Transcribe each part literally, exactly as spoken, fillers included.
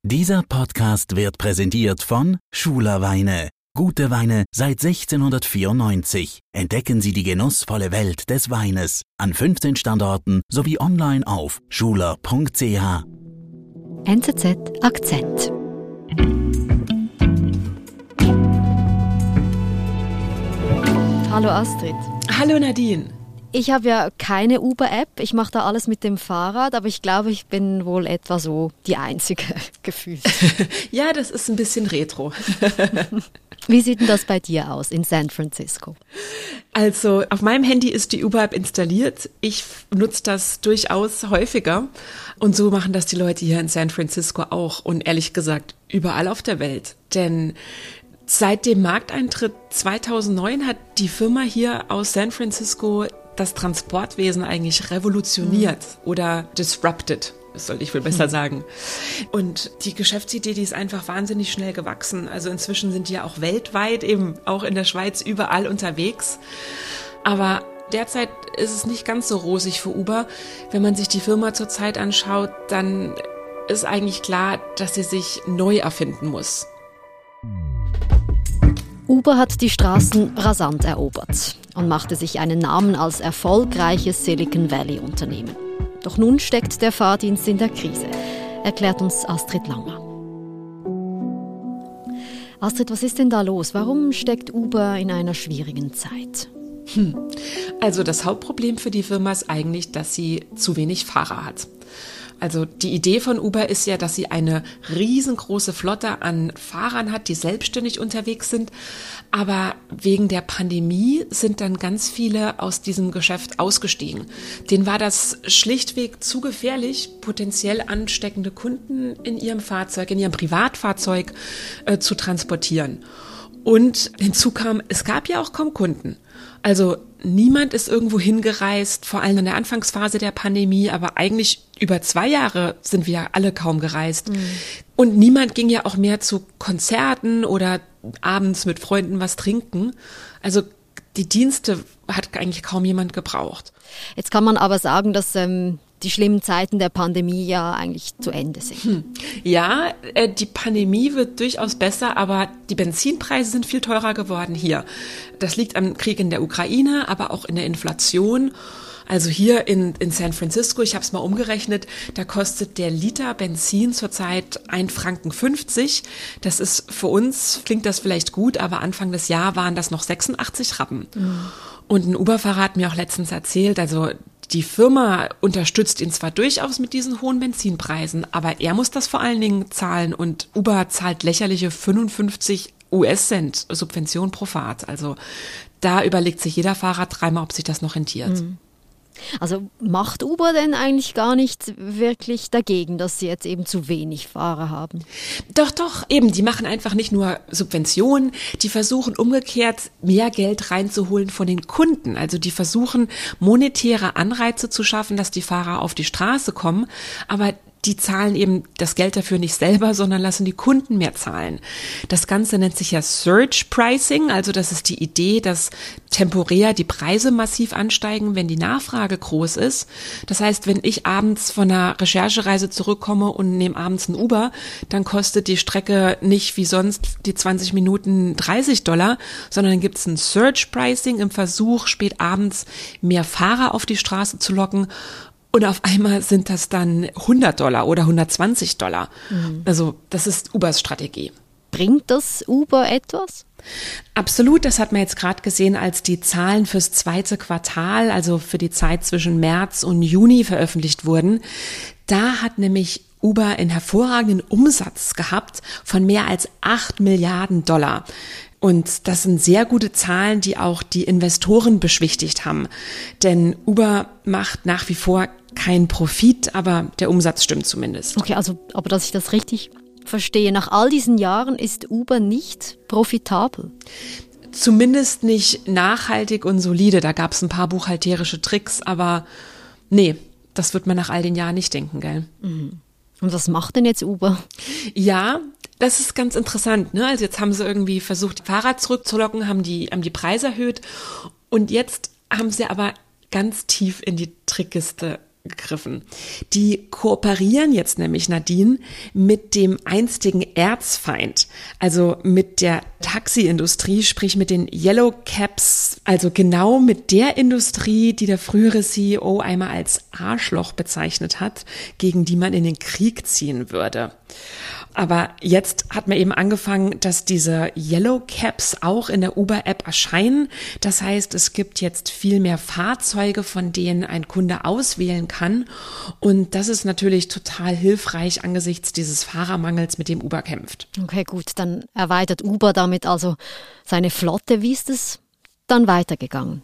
Dieser Podcast wird präsentiert von Schuler Weine. Gute Weine seit sechzehnhundertvierundneunzig. Entdecken Sie die genussvolle Welt des Weines an fünfzehn Standorten sowie online auf schuler punkt c h. N Z Z Akzent. Hallo Astrid. Hallo Nadine. Ich habe ja keine Uber-App, ich mache da alles mit dem Fahrrad, aber ich glaube, ich bin wohl etwa so die Einzige gefühlt. Ja, das ist ein bisschen retro. Wie sieht denn das bei dir aus in San Francisco? Also auf meinem Handy ist die Uber-App installiert. Ich nutze das durchaus häufiger und so machen das die Leute hier in San Francisco auch und ehrlich gesagt überall auf der Welt. Denn seit dem Markteintritt zweitausendneun hat die Firma hier aus San Francisco das Transportwesen eigentlich revolutioniert mhm. oder disrupted, das sollte ich wohl besser mhm. sagen. Und die Geschäftsidee, die ist einfach wahnsinnig schnell gewachsen. Also inzwischen sind die ja auch weltweit, eben auch in der Schweiz, überall unterwegs. Aber derzeit ist es nicht ganz so rosig für Uber. Wenn man sich die Firma zurzeit anschaut, dann ist eigentlich klar, dass sie sich neu erfinden muss. Uber hat die Straßen rasant erobert und machte sich einen Namen als erfolgreiches Silicon Valley-Unternehmen. Doch nun steckt der Fahrdienst in der Krise, erklärt uns Astrid Langer. Astrid, was ist denn da los? Warum steckt Uber in einer schwierigen Zeit? Hm. Also das Hauptproblem für die Firma ist eigentlich, dass sie zu wenig Fahrer hat. Also die Idee von Uber ist ja, dass sie eine riesengroße Flotte an Fahrern hat, die selbstständig unterwegs sind. Aber wegen der Pandemie sind dann ganz viele aus diesem Geschäft ausgestiegen. Denen war das schlichtweg zu gefährlich, potenziell ansteckende Kunden in ihrem Fahrzeug, in ihrem Privatfahrzeug äh, zu transportieren. Und hinzu kam, es gab ja auch kaum Kunden. Also niemand ist irgendwo hingereist, vor allem in der Anfangsphase der Pandemie, aber eigentlich über zwei Jahre sind wir ja alle kaum gereist. Mhm. Und niemand ging ja auch mehr zu Konzerten oder abends mit Freunden was trinken. Also die Dienste hat eigentlich kaum jemand gebraucht. Jetzt kann man aber sagen, dass ähm, die schlimmen Zeiten der Pandemie ja eigentlich zu Ende sind. Hm. Ja, äh, die Pandemie wird durchaus besser, aber die Benzinpreise sind viel teurer geworden hier. Das liegt am Krieg in der Ukraine, aber auch in der Inflation. Also hier in, in San Francisco, ich habe es mal umgerechnet, da kostet der Liter Benzin zurzeit ein Franken fünfzig. Das ist für uns, klingt das vielleicht gut, aber Anfang des Jahres waren das noch sechsundachtzig Rappen. Mhm. Und ein Uber-Fahrer hat mir auch letztens erzählt, also die Firma unterstützt ihn zwar durchaus mit diesen hohen Benzinpreisen, aber er muss das vor allen Dingen zahlen und Uber zahlt lächerliche fünfundfünfzig US-Cent Subvention pro Fahrt. Also da überlegt sich jeder Fahrer dreimal, ob sich das noch rentiert. Mhm. Also macht Uber denn eigentlich gar nicht wirklich dagegen, dass sie jetzt eben zu wenig Fahrer haben? Doch, doch, eben. Die machen einfach nicht nur Subventionen, die versuchen umgekehrt mehr Geld reinzuholen von den Kunden. Also die versuchen monetäre Anreize zu schaffen, dass die Fahrer auf die Straße kommen, aber die zahlen eben das Geld dafür nicht selber, sondern lassen die Kunden mehr zahlen. Das Ganze nennt sich ja Surge Pricing, also das ist die Idee, dass temporär die Preise massiv ansteigen, wenn die Nachfrage groß ist. Das heißt, wenn ich abends von einer Recherchereise zurückkomme und nehme abends ein Uber, dann kostet die Strecke nicht wie sonst die zwanzig Minuten dreißig Dollar, sondern dann gibt es ein Surge Pricing im Versuch, spät abends mehr Fahrer auf die Straße zu locken. Und auf einmal sind das dann hundert Dollar oder hundertzwanzig Dollar. Mhm. Also das ist Ubers Strategie. Bringt das Uber etwas? Absolut, das hat man jetzt gerade gesehen, als die Zahlen fürs zweite Quartal, also für die Zeit zwischen März und Juni veröffentlicht wurden. Da hat nämlich Uber einen hervorragenden Umsatz gehabt von mehr als acht Milliarden Dollar. Und das sind sehr gute Zahlen, die auch die Investoren beschwichtigt haben. Denn Uber macht nach wie vor keinen Profit, aber der Umsatz stimmt zumindest. Okay, also, aber dass ich das richtig verstehe, nach all diesen Jahren ist Uber nicht profitabel? Zumindest nicht nachhaltig und solide. Da gab es ein paar buchhalterische Tricks, aber nee, das wird man nach all den Jahren nicht denken, gell? Mhm. Und was macht denn jetzt Uber? Ja, das ist ganz interessant, ne? Also jetzt haben sie irgendwie versucht, die Fahrer zurückzulocken, haben die, haben die Preise erhöht und jetzt haben sie aber ganz tief in die Trickkiste gegriffen. Die kooperieren jetzt nämlich, Nadine, mit dem einstigen Erzfeind, also mit der Taxiindustrie, sprich mit den Yellow Cabs, also genau mit der Industrie, die der frühere C E O einmal als Arschloch bezeichnet hat, gegen die man in den Krieg ziehen würde. Aber jetzt hat man eben angefangen, dass diese Yellow Cabs auch in der Uber-App erscheinen. Das heißt, es gibt jetzt viel mehr Fahrzeuge, von denen ein Kunde auswählen kann. Und das ist natürlich total hilfreich angesichts dieses Fahrermangels, mit dem Uber kämpft. Okay, gut, dann erweitert Uber damit also seine Flotte. Wie ist es dann weitergegangen?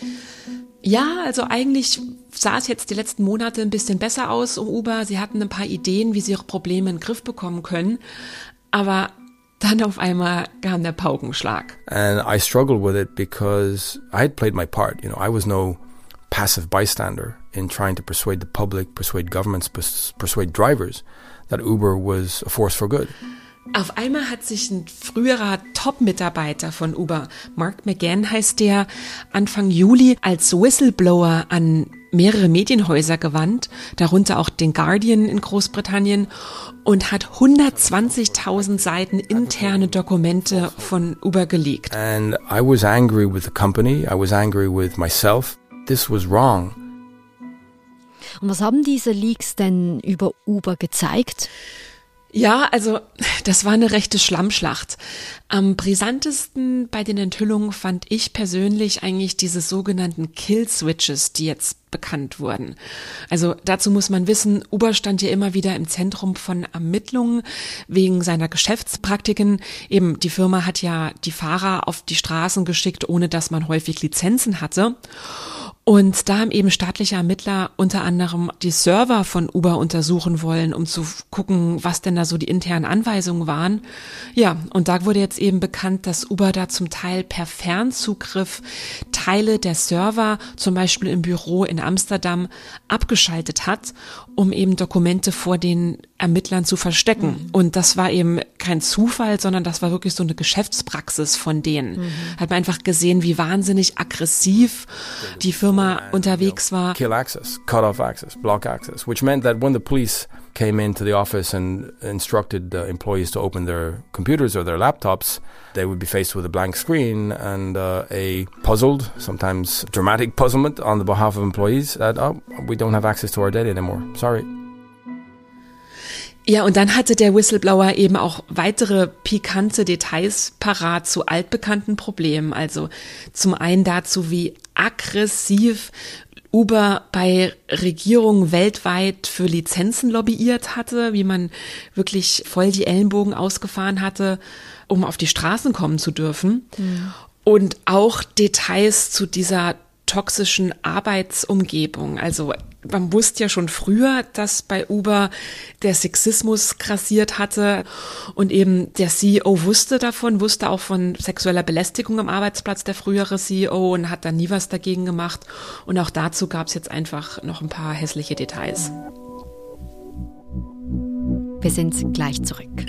Ja, also eigentlich sah es jetzt die letzten Monate ein bisschen besser aus um Uber. Sie hatten ein paar Ideen, wie sie ihre Probleme in den Griff bekommen können. Aber dann auf einmal kam der Paukenschlag. And I struggled with it because I had played my part. You know, I was no passive bystander in trying to persuade the public, persuade governments, persuade drivers that Uber was a force for good. Auf einmal hat sich ein früherer Top-Mitarbeiter von Uber, Mark McGann heißt der, Anfang Juli als Whistleblower an mehrere Medienhäuser gewandt, darunter auch den Guardian in Großbritannien, und hat hundertzwanzigtausend Seiten interne Dokumente von Uber geleakt. And I was angry with the company, I was angry with myself. This was wrong. Und was haben diese Leaks denn über Uber gezeigt? Ja, also das war eine rechte Schlammschlacht. Am brisantesten bei den Enthüllungen fand ich persönlich eigentlich diese sogenannten Kill-Switches, die jetzt bekannt wurden. Also dazu muss man wissen, Uber stand ja immer wieder im Zentrum von Ermittlungen wegen seiner Geschäftspraktiken. Eben die Firma hat ja die Fahrer auf die Straßen geschickt, ohne dass man häufig Lizenzen hatte. Und da haben eben staatliche Ermittler unter anderem die Server von Uber untersuchen wollen, um zu gucken, was denn da so die internen Anweisungen waren. Ja, und da wurde jetzt eben bekannt, dass Uber da zum Teil per Fernzugriff Teile der Server, zum Beispiel im Büro in Amsterdam, abgeschaltet hat, um eben Dokumente vor den Ermittlern zu verstecken. Mhm. Und das war eben kein Zufall, sondern das war wirklich so eine Geschäftspraxis von denen. Mhm. Hat man einfach gesehen, wie wahnsinnig aggressiv die Firma unterwegs war. Kill access, cut off access, block access, which meant that when the police came into the office and instructed the employees to open their computers or their laptops, they would be faced with a blank screen and uh, a puzzled, sometimes dramatic puzzlement on the behalf of employees that, oh, we don't have access to our data anymore. Sorry. Ja, und dann hatte der Whistleblower eben auch weitere pikante Details parat zu altbekannten Problemen. Also zum einen dazu, wie aggressiv Uber bei Regierungen weltweit für Lizenzen lobbyiert hatte, wie man wirklich voll die Ellenbogen ausgefahren hatte, um auf die Straßen kommen zu dürfen. Mhm. Und auch Details zu dieser toxischen Arbeitsumgebung. Also man wusste ja schon früher, dass bei Uber der Sexismus grassiert hatte und eben der C E O wusste davon, wusste auch von sexueller Belästigung am Arbeitsplatz, der frühere C E O, und hat dann nie was dagegen gemacht. Und auch dazu gab es jetzt einfach noch ein paar hässliche Details. Wir sind gleich zurück.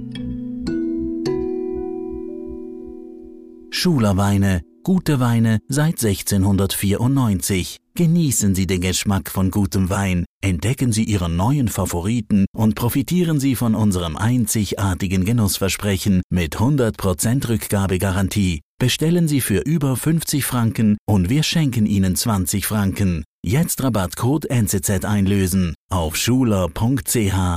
Schuler-Weine, gute Weine seit sechzehnhundertvierundneunzig. Genießen Sie den Geschmack von gutem Wein, entdecken Sie Ihren neuen Favoriten und profitieren Sie von unserem einzigartigen Genussversprechen mit hundert Prozent Rückgabegarantie. Bestellen Sie für über fünfzig Franken und wir schenken Ihnen zwanzig Franken. Jetzt Rabattcode N Z Z einlösen auf schuler punkt c h.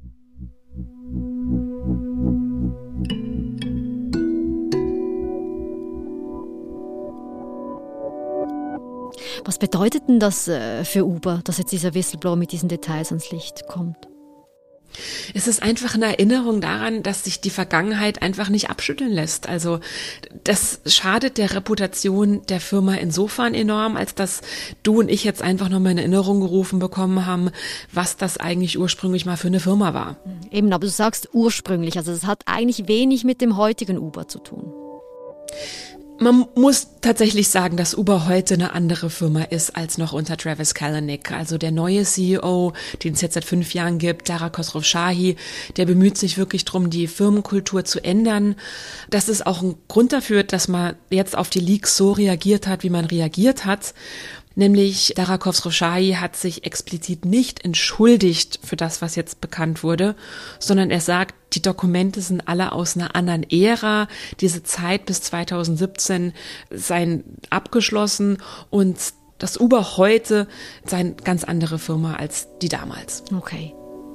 Was bedeutet denn das für Uber, dass jetzt dieser Whistleblower mit diesen Details ans Licht kommt? Es ist einfach eine Erinnerung daran, dass sich die Vergangenheit einfach nicht abschütteln lässt. Also das schadet der Reputation der Firma insofern enorm, als dass du und ich jetzt einfach nochmal in Erinnerung gerufen bekommen haben, was das eigentlich ursprünglich mal für eine Firma war. Eben, aber du sagst ursprünglich, also das hat eigentlich wenig mit dem heutigen Uber zu tun. Man muss tatsächlich sagen, dass Uber heute eine andere Firma ist als noch unter Travis Kalanick. Also der neue C E O, den es jetzt seit fünf Jahren gibt, Dara Khosrowshahi, der bemüht sich wirklich darum, die Firmenkultur zu ändern. Das ist auch ein Grund dafür, dass man jetzt auf die Leaks so reagiert hat, wie man reagiert hat. Nämlich Dara Khosrowshahi hat sich explizit nicht entschuldigt für das, was jetzt bekannt wurde, sondern er sagt, die Dokumente sind alle aus einer anderen Ära. Diese Zeit bis zweitausendsiebzehn seien abgeschlossen und das Uber heute sei eine ganz andere Firma als die damals. Okay.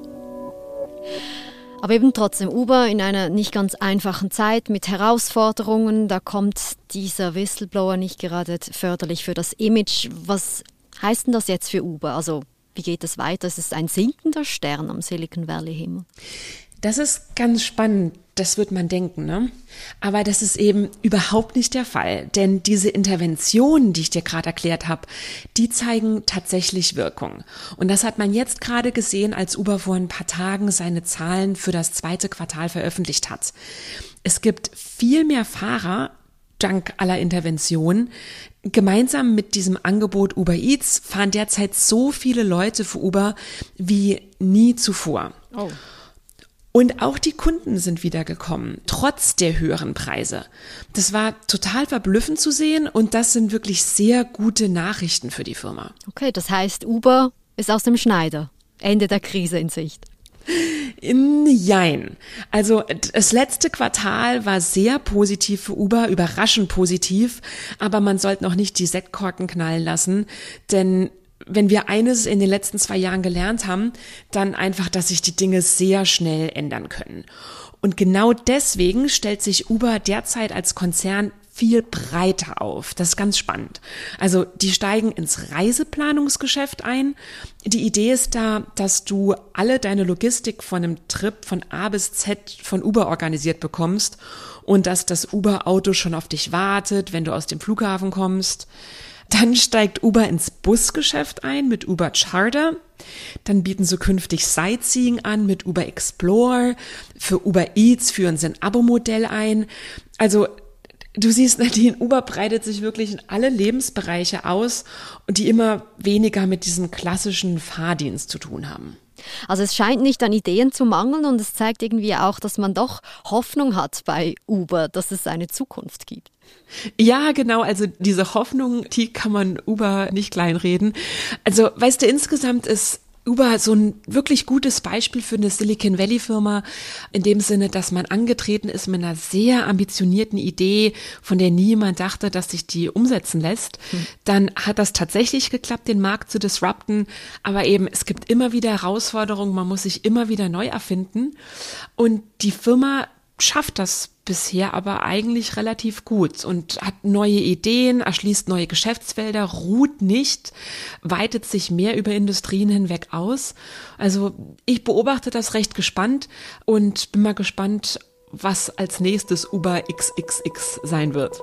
Aber eben trotzdem Uber in einer nicht ganz einfachen Zeit mit Herausforderungen. Da kommt dieser Whistleblower nicht gerade förderlich für das Image. Was heißt denn das jetzt für Uber? Also wie geht es weiter? Es ist ein sinkender Stern am Silicon Valley Himmel. Das ist ganz spannend, das wird man denken, ne? Aber das ist eben überhaupt nicht der Fall, denn diese Interventionen, die ich dir gerade erklärt habe, die zeigen tatsächlich Wirkung. Und das hat man jetzt gerade gesehen, als Uber vor ein paar Tagen seine Zahlen für das zweite Quartal veröffentlicht hat. Es gibt viel mehr Fahrer, dank aller Interventionen. Gemeinsam mit diesem Angebot Uber Eats fahren derzeit so viele Leute für Uber wie nie zuvor. Oh. Und auch die Kunden sind wiedergekommen, trotz der höheren Preise. Das war total verblüffend zu sehen und das sind wirklich sehr gute Nachrichten für die Firma. Okay, das heißt, Uber ist aus dem Schneider. Ende der Krise in Sicht. Jein. Also das letzte Quartal war sehr positiv für Uber, überraschend positiv, aber man sollte noch nicht die Sektkorken knallen lassen, denn wenn wir eines in den letzten zwei Jahren gelernt haben, dann einfach, dass sich die Dinge sehr schnell ändern können. Und genau deswegen stellt sich Uber derzeit als Konzern viel breiter auf. Das ist ganz spannend. Also die steigen ins Reiseplanungsgeschäft ein. Die Idee ist da, dass du alle deine Logistik von einem Trip von A bis Z von Uber organisiert bekommst und dass das Uber-Auto schon auf dich wartet, wenn du aus dem Flughafen kommst. Dann steigt Uber ins Busgeschäft ein mit Uber Charter. Dann bieten sie künftig Sightseeing an mit Uber Explore. Für Uber Eats führen sie ein Abo-Modell ein. Also du siehst, Nadine, Uber breitet sich wirklich in alle Lebensbereiche aus und die immer weniger mit diesem klassischen Fahrdienst zu tun haben. Also es scheint nicht an Ideen zu mangeln und es zeigt irgendwie auch, dass man doch Hoffnung hat bei Uber, dass es eine Zukunft gibt. Ja, genau. Also diese Hoffnung, die kann man Uber nicht kleinreden. Also weißt du, insgesamt ist Uber so ein wirklich gutes Beispiel für eine Silicon Valley Firma in dem Sinne, dass man angetreten ist mit einer sehr ambitionierten Idee, von der niemand dachte, dass sich die umsetzen lässt. Hm. Dann hat das tatsächlich geklappt, den Markt zu disrupten. Aber eben, es gibt immer wieder Herausforderungen, man muss sich immer wieder neu erfinden. Und die Firma schafft das bisher aber eigentlich relativ gut und hat neue Ideen, erschließt neue Geschäftsfelder, ruht nicht, weitet sich mehr über Industrien hinweg aus. Also ich beobachte das recht gespannt und bin mal gespannt, was als nächstes Uber X X X sein wird.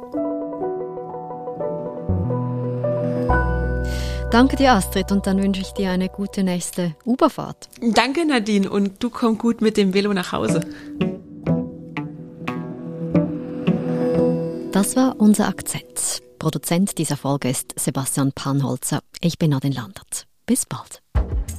Danke dir, Astrid, und dann wünsche ich dir eine gute nächste Uberfahrt. Danke, Nadine, und du komm gut mit dem Velo nach Hause. Das war unser Akzent. Produzent dieser Folge ist Sebastian Panholzer. Ich bin Nadine Landert. Bis bald.